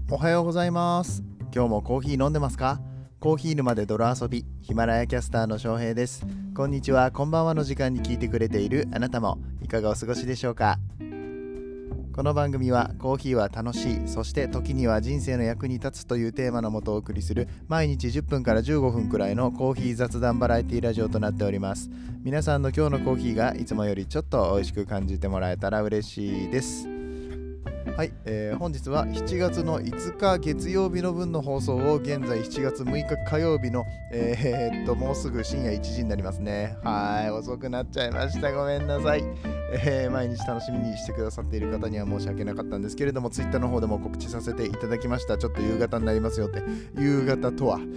おはようございます。今日もコーヒー飲んでますか？コーヒー沼で泥遊び、ヒマラヤキャスターの翔平です。こんにちは、こんばんはの時間に聞いてくれているあなたもいかがお過ごしでしょうか？この番組はコーヒーは楽しい、そして時には人生の役に立つというテーマのもとお送りする毎日10分から15分くらいのコーヒー雑談バラエティラジオとなっております。皆さんの今日のコーヒーがいつもよりちょっと美味しく感じてもらえたら嬉しいです。はい、本日は7月の5日月曜日の分の放送を現在7月6日火曜日の、もうすぐ深夜1時になりますね。はい、遅くなっちゃいました。ごめんなさい。毎日楽しみにしてくださっている方には申し訳なかったんですけれども、ツイッターの方でも告知させていただきました。ちょっと夕方になりますよって。夕方とは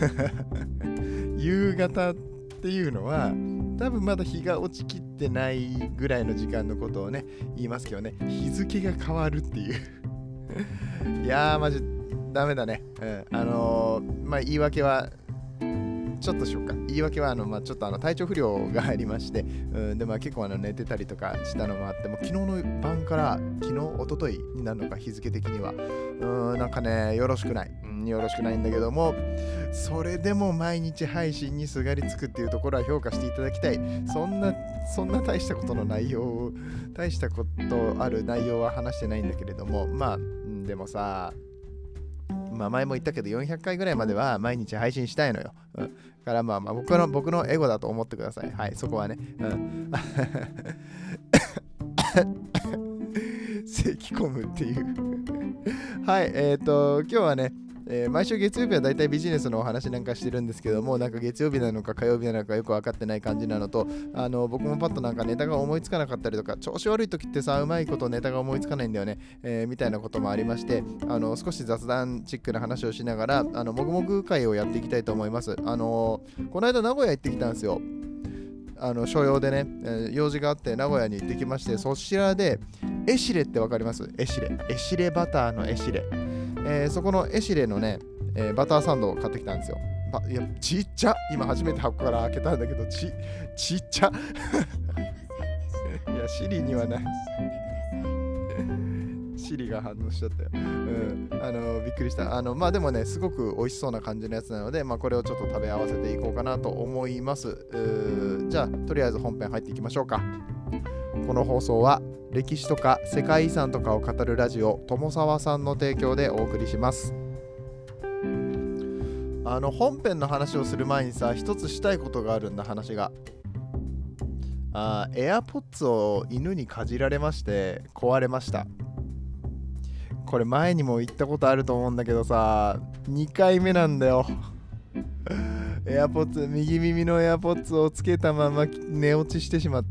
夕方っていうのは多分まだ日が落ちきってないぐらいの時間のことをね言いますけどね、日付が変わるっていういやーマジダメだね。言い訳はちょっとしようか。言い訳はちょっと体調不良がありまして、で結構寝てたりとかしたのもあって、もう昨日の晩から昨日一昨日になるのか、日付的にはなんかねよろしくない、よろしくないんだけども、それでも毎日配信にすがりつくっていうところは評価していただきたい。そんな大したことの内容、大したことある内容は話してないんだけれども、でもさ、前も言ったけど400回ぐらいまでは毎日配信したいのよ。だから僕のエゴだと思ってください。はい、そこはね。咳込むっていうはい、今日はね、毎週月曜日はだいたいビジネスのお話なんかしてるんですけども、なんか月曜日なのか火曜日なのかよく分かってない感じなのと、僕もパッとなんかネタが思いつかなかったりとか、調子悪い時ってさ、うまいことネタが思いつかないんだよね、みたいなこともありまして、少し雑談チックな話をしながらもぐもぐ会をやっていきたいと思います。この間名古屋行ってきたんですよ。所用でね、用事があって名古屋に行ってきまして、そちらでエシレってわかります？エシレバターのエシレ、そこのエシレのね、バターサンドを買ってきたんですよ。いやちっちゃ、今初めて箱から開けたんだけど、ちっちゃいやシリにはないシリが反応しちゃったよ。びっくりした。でもね、すごく美味しそうな感じのやつなので、これをちょっと食べ合わせていこうかなと思います。じゃあとりあえず本編入っていきましょうか。この放送は歴史とか世界遺産とかを語るラジオ友沢さんの提供でお送りします。本編の話をする前にさ、一つしたいことがあるんだ。話がAirPods を犬にかじられまして壊れました。これ前にも言ったことあると思うんだけどさ、2回目なんだよ。AirPods、右耳の AirPods をつけたまま寝落ちしてしまって、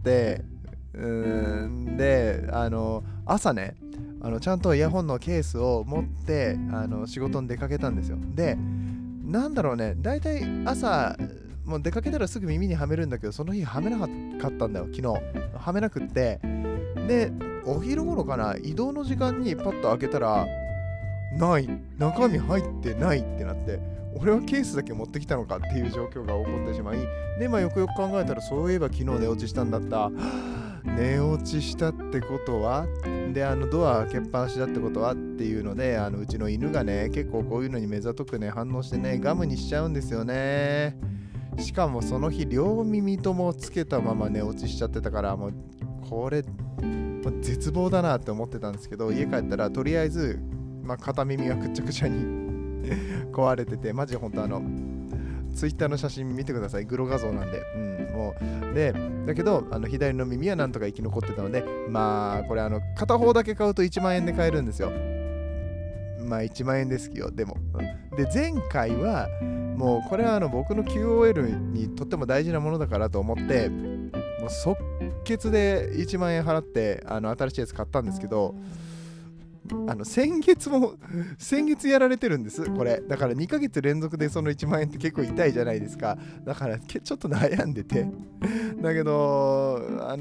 で朝ね、ちゃんとイヤホンのケースを持って仕事に出かけたんですよ。で、なんだろうね、だいたい朝もう出かけたらすぐ耳にはめるんだけど、その日はめなかったんだよ。昨日はめなくって、でお昼頃かな、移動の時間にパッと開けたらない、中身入ってないってなって、俺はケースだけ持ってきたのかっていう状況が起こってしまい、でよくよく考えたら、そういえば昨日寝落ちしたんだった。寝落ちしたってことはで、ドア開けっぱなしだってことはっていうので、うちの犬がね、結構こういうのに目ざとくね反応してね、ガムにしちゃうんですよね。しかもその日両耳ともつけたまま寝落ちしちゃってたから、もうこれ絶望だなって思ってたんですけど、家帰ったらとりあえず、片耳がくっちゃくちゃに壊れてて、マジほんとツイッターの写真見てください。グロ画像なんで、もうで、だけど左の耳はなんとか生き残ってたので、これ片方だけ買うと1万円で買えるんですよ。1万円ですよ。でも、で前回はもうこれは僕の QOL にとっても大事なものだからと思って、もう即決で1万円払って新しいやつ買ったんですけど、先月やられてるんです、これ。だから2ヶ月連続でその1万円って結構痛いじゃないですか。だからちょっと悩んでてだけど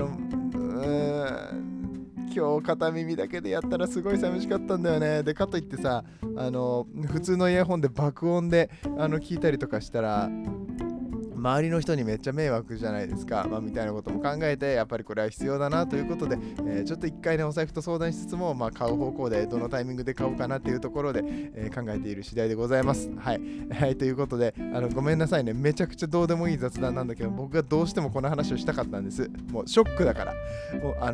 今日片耳だけでやったらすごい寂しかったんだよね。でかといってさ、普通のイヤホンで爆音で聞いたりとかしたら周りの人にめっちゃ迷惑じゃないですか、みたいなことも考えて、やっぱりこれは必要だなということで、ちょっと一回ねお財布と相談しつつも、買う方向でどのタイミングで買おうかなっていうところで、考えている次第でございます。はい、ということでごめんなさいね、めちゃくちゃどうでもいい雑談なんだけど、僕がどうしてもこの話をしたかったんです。もうショックだから、もう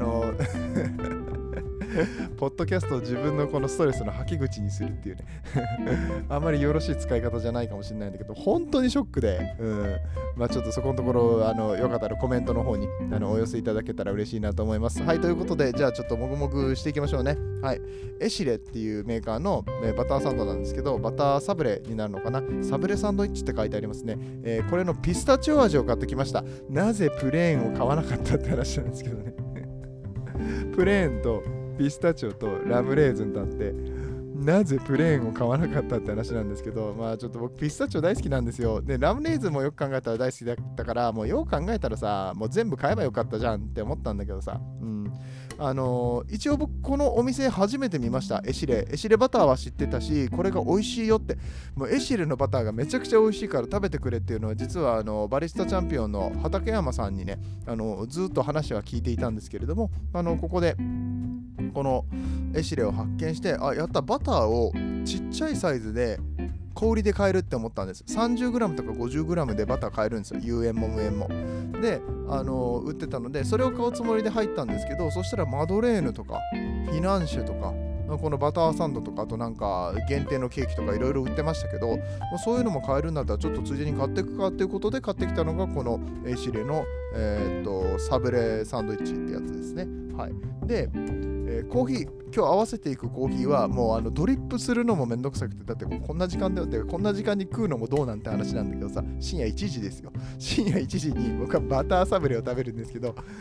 ポッドキャストを自分のこのストレスの吐き口にするっていうねあんまりよろしい使い方じゃないかもしれないんだけど、本当にショックで、ちょっとそこのところよかったらコメントの方にお寄せいただけたら嬉しいなと思います。はい、ということで、じゃあちょっともぐもぐしていきましょうね。はい、エシレっていうメーカーの、バターサンドなんですけど、バターサブレになるのかな、サブレサンドイッチって書いてありますね。これのピスタチオ味を買ってきました。なぜプレーンを買わなかったって話なんですけどねプレーンとピスタチオとラムレーズンとあって、なぜプレーンを買わなかったって話なんですけど、ちょっと僕ピスタチオ大好きなんですよ。でラムレーズンもよく考えたら大好きだったから、もうよく考えたらさ、もう全部買えばよかったじゃんって思ったんだけどさ、一応僕このお店初めて見ました。エシレバターは知ってたし、これが美味しいよって、もうエシレのバターがめちゃくちゃ美味しいから食べてくれっていうのは、実はバリスタチャンピオンの畠山さんにね、ずっと話は聞いていたんですけれども、ここでこのエシレを発見して、やった、バターをちっちゃいサイズで小売りで買えるって思ったんです。 30g とか 50g でバター買えるんですよ、有塩も無塩も。で売ってたので、それを買うつもりで入ったんですけど、そしたらマドレーヌとかフィナンシェとかこのバターサンドとか、あとなんか限定のケーキとかいろいろ売ってましたけど、そういうのも買えるんだったらちょっとついでに買っていくかっていうことで買ってきたのがこのエシレの、サブレサンドイッチってやつですね。はい、でコーヒー、今日合わせていくコーヒーはもうドリップするのもめんどくさくて、だってこんな時間でこんな時間に食うのもどうなんて話なんだけどさ、深夜1時ですよ。深夜1時に僕はバターサブレを食べるんですけどコ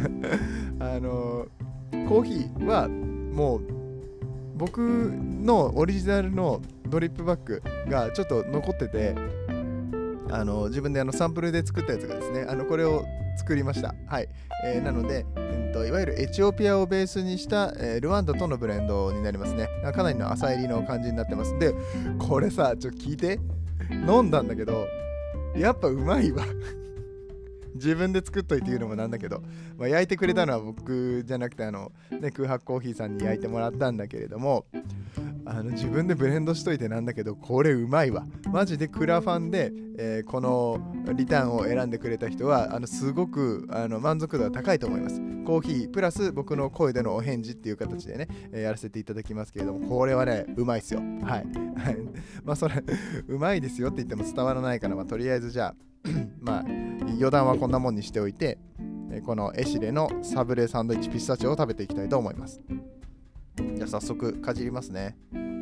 ーヒーはもう僕のオリジナルのドリップバッグがちょっと残ってて、自分でサンプルで作ったやつがですね、これを作りました。はい、なので、いわゆるエチオピアをベースにした、ルワンダとのブレンドになりますね。かなりの浅入りの感じになってます。で、これさ、ちょっと聞いて、飲んだんだけど、やっぱうまいわ自分で作っといて言うのもなんだけど、焼いてくれたのは僕じゃなくて空白コーヒーさんに焼いてもらったんだけれども、自分でブレンドしといてなんだけど、これうまいわマジで。クラファンで、このリターンを選んでくれた人はすごく満足度が高いと思います。コーヒープラス僕の声でのお返事っていう形でね、やらせていただきますけれども、これはねうまいっすよ。はいそれうまいですよって言っても伝わらないから、とりあえずじゃあ余談はこんなもんにしておいて、このエシレのサブレサンドイッチピスタチオを食べていきたいと思います。じゃあ早速かじりますね。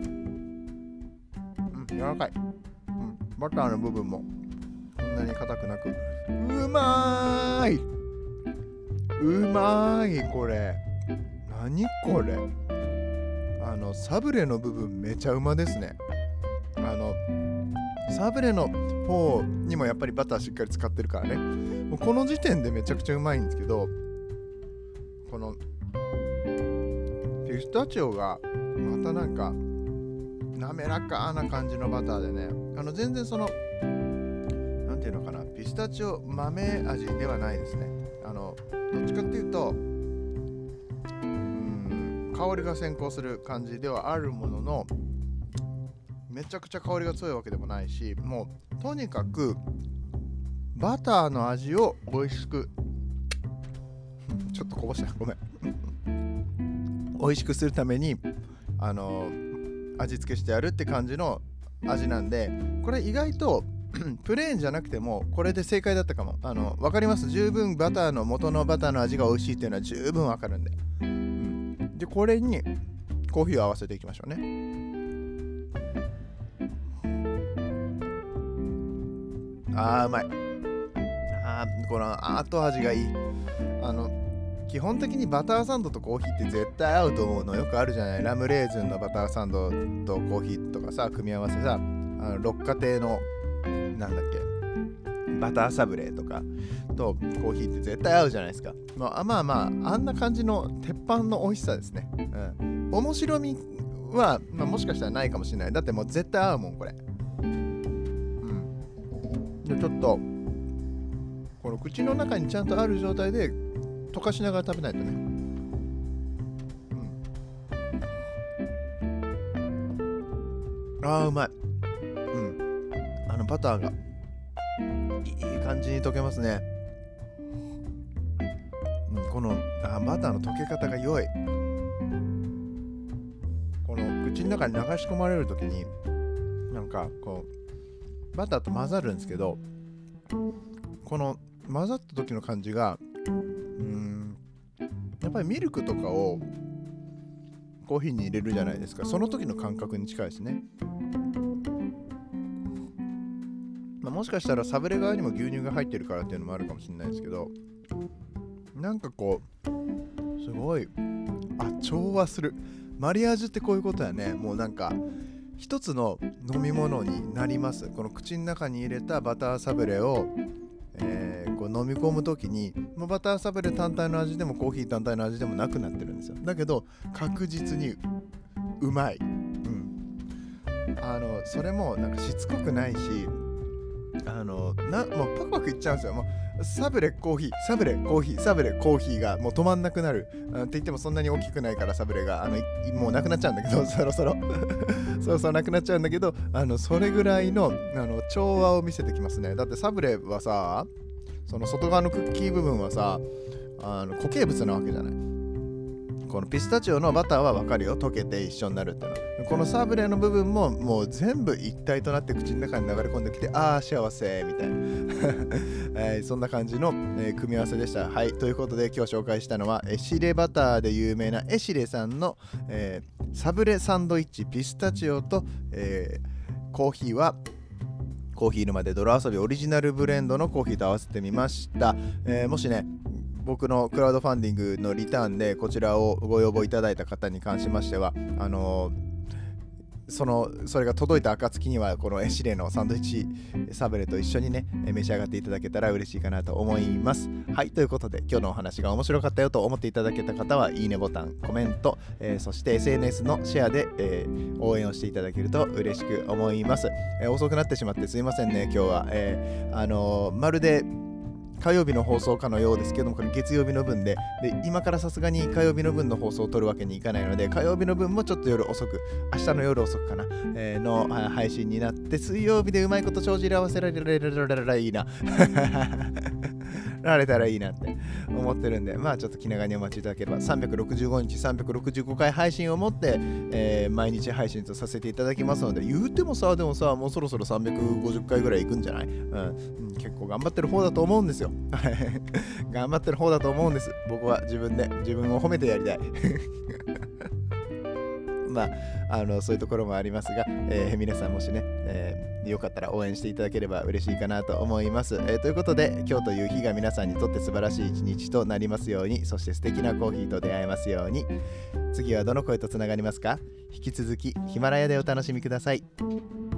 柔らかい。バターの部分もこんなに硬くなく、うまーいこれ。何これ。サブレの部分めちゃうまですね。サブレの方にもやっぱりバターしっかり使ってるからね、もうこの時点でめちゃくちゃうまいんですけど、このピスタチオがまたなんか滑らかな感じのバターでね、全然なんていうのかな、ピスタチオ豆味ではないですね。どっちかっていうと香りが先行する感じではあるものの、めちゃくちゃ香りが強いわけでもないし、もうとにかくバターの味を美味しくちょっとこぼした、ごめん美味しくするために味付けしてやるって感じの味なんで、これ意外とプレーンじゃなくてもこれで正解だったかも。わかります。十分バターの元のバターの味が美味しいっていうのは十分わかるんで、でこれにコーヒーを合わせていきましょうね。うまい。この後味がいい。基本的にバターサンドとコーヒーって絶対合うと思うのよくあるじゃない。ラムレーズンのバターサンドとコーヒーとかさ、組み合わせさ、六花亭のなんだっけバターサブレとかとコーヒーって絶対合うじゃないですか。あんな感じの鉄板の美味しさですね。面白みは、もしかしたらないかもしれない。だってもう絶対合うもんこれ。でちょっとこの口の中にちゃんとある状態で溶かしながら食べないとね。うまい。バターがいい感じに溶けますね。このバターの溶け方が良い。この口の中に流し込まれるときになんかこうバターと混ざるんですけど、この混ざった時の感じがやっぱりミルクとかをコーヒーに入れるじゃないですか。その時の感覚に近いですね。もしかしたらサブレ側にも牛乳が入ってるからっていうのもあるかもしれないですけど、なんかこうすごい調和する。マリアージュってこういうことやね。もうなんか一つの飲み物になります。この口の中に入れたバターサブレを、こう飲み込むときにもうバターサブレ単体の味でもコーヒー単体の味でもなくなってるんですよ。だけど確実にうまい。それもなんかしつこくないし、もうパクパクいっちゃうんですよ。もうサブレコーヒー、サブレコーヒー、サブレコーヒーがもう止まんなくなる。って言ってもそんなに大きくないからサブレがもうなくなっちゃうんだけど、そろそろなくなっちゃうんだけど、それぐらいの調和を見せてきますね。だってサブレはさ、その外側のクッキー部分はさ、固形物なわけじゃない。このピスタチオのバターは分かるよ、溶けて一緒になるっていうの。このサブレの部分ももう全部一体となって口の中に流れ込んできて、幸せみたいな、そんな感じの、組み合わせでした。はい、ということで今日紹介したのはエシレバターで有名なエシレさんの、サブレサンドイッチピスタチオと、コーヒーはコーヒー沼で泥遊びオリジナルブレンドのコーヒーと合わせてみました。もしね僕のクラウドファンディングのリターンでこちらをご要望いただいた方に関しましてはそれが届いた暁にはこのエシレのサンドイッチサブレと一緒にね召し上がっていただけたら嬉しいかなと思います。はい、ということで今日のお話が面白かったよと思っていただけた方はいいねボタン、コメント、そして SNS のシェアで、応援をしていただけると嬉しく思います。遅くなってしまってすいませんね。今日は、まるで火曜日の放送かのようですけども、これ月曜日の分で今からさすがに火曜日の分の放送を撮るわけにいかないので、火曜日の分もちょっと夜遅く、明日の夜遅くかな、の配信になって、水曜日でうまいこと帳尻合わせられたらいいなられたらいいなって思ってるんで、ちょっと気長にお待ちいただければ365日365回配信をもって、毎日配信とさせていただきますので、言うてもさ、でもさ、もうそろそろ350回ぐらいいくんじゃない？結構頑張ってる方だと思うんですよ頑張ってる方だと思うんです。僕は自分を褒めてやりたいそういうところもありますが、皆さんもしね、よかったら応援していただければ嬉しいかなと思います。ということで今日という日が皆さんにとって素晴らしい一日となりますように、そして素敵なコーヒーと出会えますように。次はどの声とつながりますか？引き続きヒマラヤでお楽しみください。